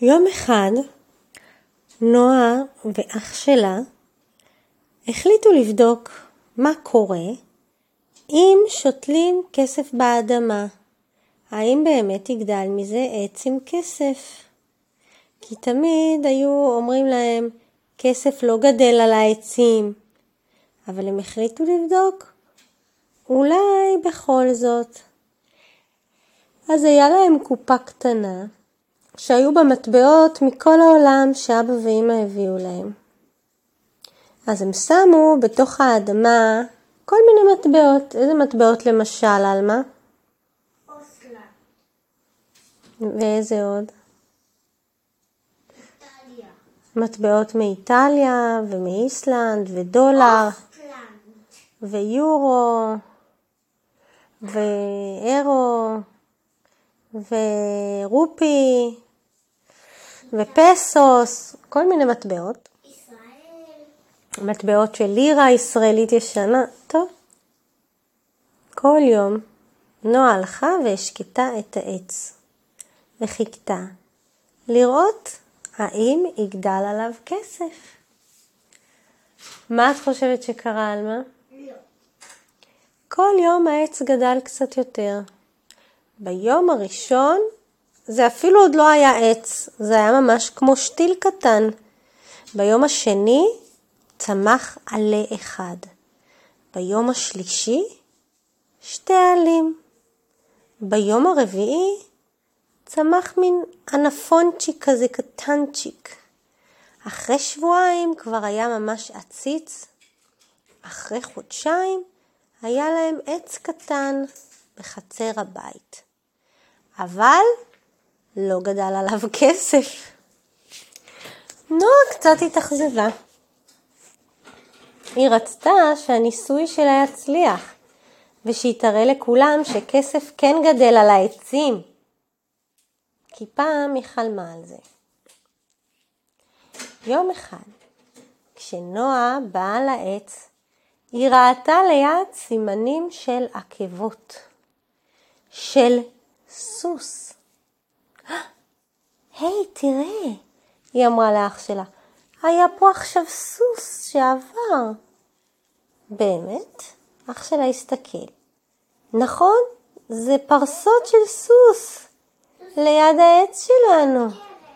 יום אחד נועה ואח שלה החליטו לבדוק מה קורה אם שותלים כסף באדמה. האם באמת יגדל מזה עץ עם כסף? כי תמיד היו אומרים להם, כסף לא גדל על העצים. אבל הם החליטו לבדוק, אולי בכל זאת. אז היה להם קופה קטנה, שהיו בה מטבעות מכל העולם שאבא ואמא הביאו להם. אז הם שמו בתוך האדמה כל מיני מטבעות. איזה מטבעות למשל, אלמה? אוסלה. ואיזה עוד? איטליה. מטבעות מאיטליה ומאיסלנד ודולר אוסטלנד. ויורו ואירו ורופי ופסוס, כל מיני מטבעות. ישראל. מטבעות של לירה ישראלית ישנה. טוב. כל יום נועה הלכה והשקטה את העץ וחיכתה לראות האם יגדל עליו כסף. מה את חושבת שקרה, אלמה? לא. כל יום העץ גדל קצת יותר. ביום הראשון זה אפילו עוד לא היה עץ, זה היה ממש כמו שתיל קטן. ביום השני צמח עלה אחד. ביום השלישי 2 עלים. ביום הרביעי צמח מין ענפונצ'יק כזה קטנצ'יק. אחרי שבועיים כבר היה ממש עציץ. אחרי חודשיים היה להם עץ קטן בחצר הבית. אבל לא גדל עליו כסף. נועה קצת התאכזבה. היא רצתה שהניסוי שלה יצליח, ושהיא תראה לכולם שכסף כן גדל על העצים. כי פעם היא חלמה על זה. יום אחד, כשנועה באה לעץ, היא ראתה ליד סימנים של עקבות, של סוס. היי, תראה, היא אמרה לאח שלה, היה פה עכשיו סוס שעבר. באמת? אח שלה הסתכל. נכון, זה פרסות של סוס ליד העץ שלנו.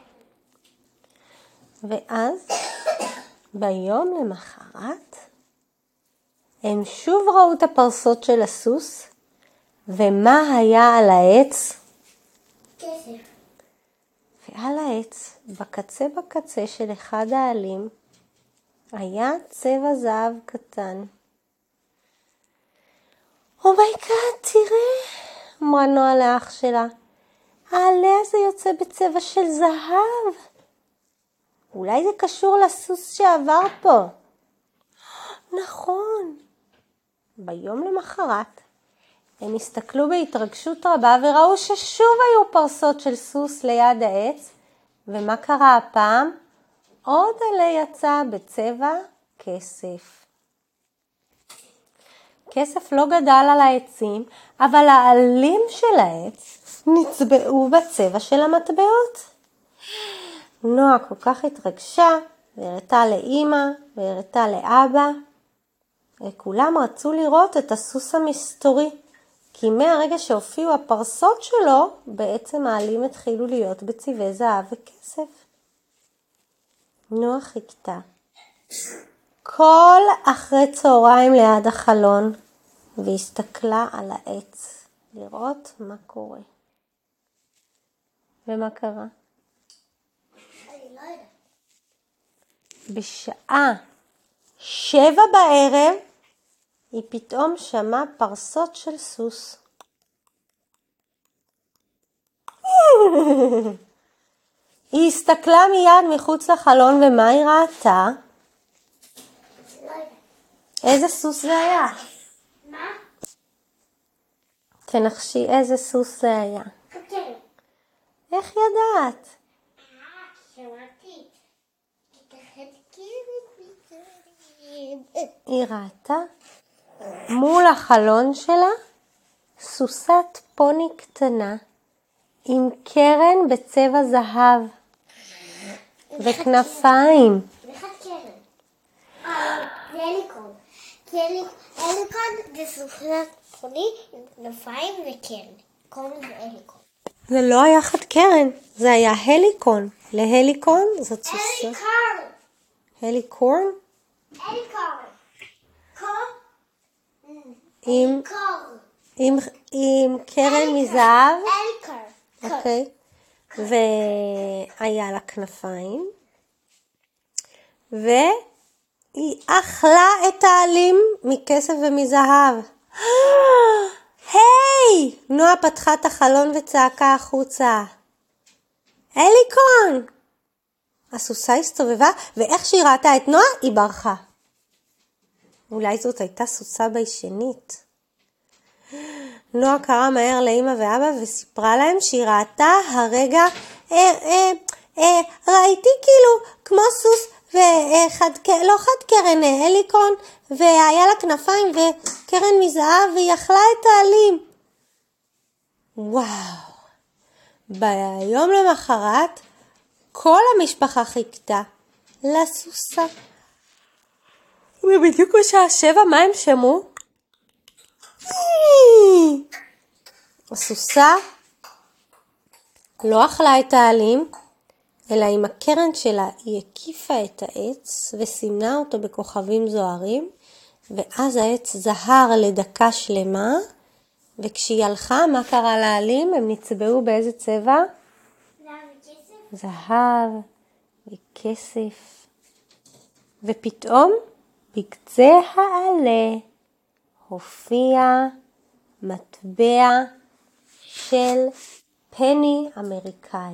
ואז ביום למחרת הם שוב ראו את הפרסות של הסוס, ומה היה על העץ? כסף. ועל העץ, בקצה של אחד העלים, היה צבע זהב קטן. אומייגאד, תראה, אמרה נועה לאח שלה, העלה הזה יוצא בצבע של זהב. אולי זה קשור לסוס שעבר פה. נכון. ביום למחרת, הם הסתכלו בהתרגשות רבה וראו ששוב היו פרסות של סוס ליד העץ. ומה קרה הפעם? עוד עלה יצא בצבע כסף. כסף לא גדל על העצים, אבל העלים של העץ נצבעו בצבע של המטבעות. נועה כל כך התרגשה, והראתה לאמא, והראתה לאבא, וכולם רצו לראות את הסוס המסתורי, כי מהרגע שהופיעו הפרסות שלו, בעצם העלים התחילו להיות בצבעי זהב וכסף. נועה חיכתה. כל אחרי צהריים ליד החלון, והסתכלה על העץ, לראות מה קורה. ומה קרה? אני לא יודעת. בשעה 7 בערב, היא פתאום שמעה פרסות של סוס. היא הסתכלה מיד מחוץ לחלון, ומה היא ראתה? לא יודעת. איזה סוס זה היה? מה? תנחשי איזה סוס זה היה. כותרת. איך ידעת? שמעתי. היא ראתה מול החלון שלה סוסת פוני קטנה עם קרן בצבע זהב. וכנפיים. ואחד קרן. זה הליקון. כי הליקון זה סוכנת חולי עם כנפיים וקרן. קוראים לזה הליקון. זה לא היה חד קרן, זה היה הליקון. להליקון זאת סוסה. הליקון. הליקורן? הליקון. עם קרן מזהב. הליקון. אוקיי. והיה לה כנפיים. והיא אכלה את העלים מכסף ומזהב. היי! נועה פתחה את החלון וצעקה החוצה. הליקון! הסוסה הסתובבה, ואיך שהיא ראתה את נועה, היא ברחה. אולי זאת הייתה סוסה ביישנית. נועה קראה מהר לאמא ואבא וסיפרה להם שהיא ראתה הרגע, ראיתי כאילו כמו סוס, לא חד קרן, הליקון, והיה לה כנפיים וקרן מזהב, והיא אכלה את העלים. וואו. ביום למחרת, כל המשפחה חיכתה לסוסה. ובדיוק בשעה 7, מה הם שמעו? הסוסה לא אכלה את העלים, אלא עם הקרן שלה היא הקיפה את העץ וסימנה אותו בכוכבים זוהרים, ואז העץ זהר לדקה שלמה, וכשהיא הלכה, מה קרה לעלים? הם נצבעו באיזה צבע? זהב וכסף. ופתאום בקצה העלה הופיע מטבע של פני אמריקאי.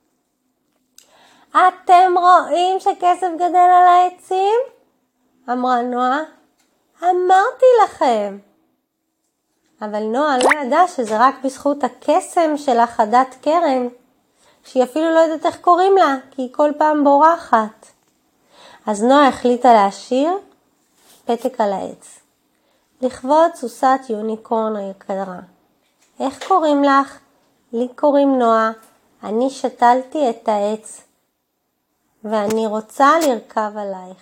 אתם רואים שכסף גדל על העצים? אמרה נועה. אמרתי לכם. אבל נועה לא ידעה שזה רק בזכות הקסם של החדת קרן, שהיא אפילו לא יודעת איך קוראים לה, כי היא כל פעם בורחת. אז נועה החליטה להשאיר פתק על העץ. לכבוד סוסת יוניקורן היקרה. איך קוראים לך? לי קוראים נועה. אני שתלתי את העץ, ואני רוצה לרכב עלייך.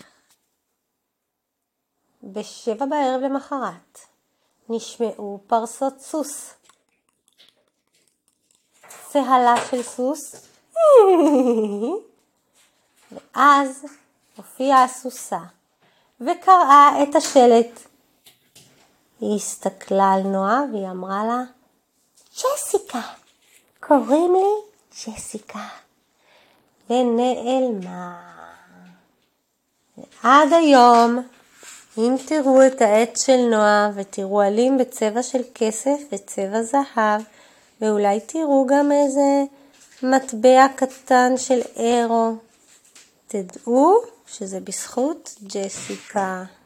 ב7 בערב למחרת נשמעו פרסות סוס. צהלה של סוס. ואז הופיעה הסוסה וקראה את השלט. היא הסתכלה על נועה והיא אמרה לה, ג'סיקה, קוראים לי ג'סיקה. ונעלמה. ועד היום, אם תראו את העץ של נועה ותראו עלים בצבע של כסף וצבע זהב, ואולי תראו גם איזה מטבע קטן של אירו, תדעו שזה בזכות ג'סיקה.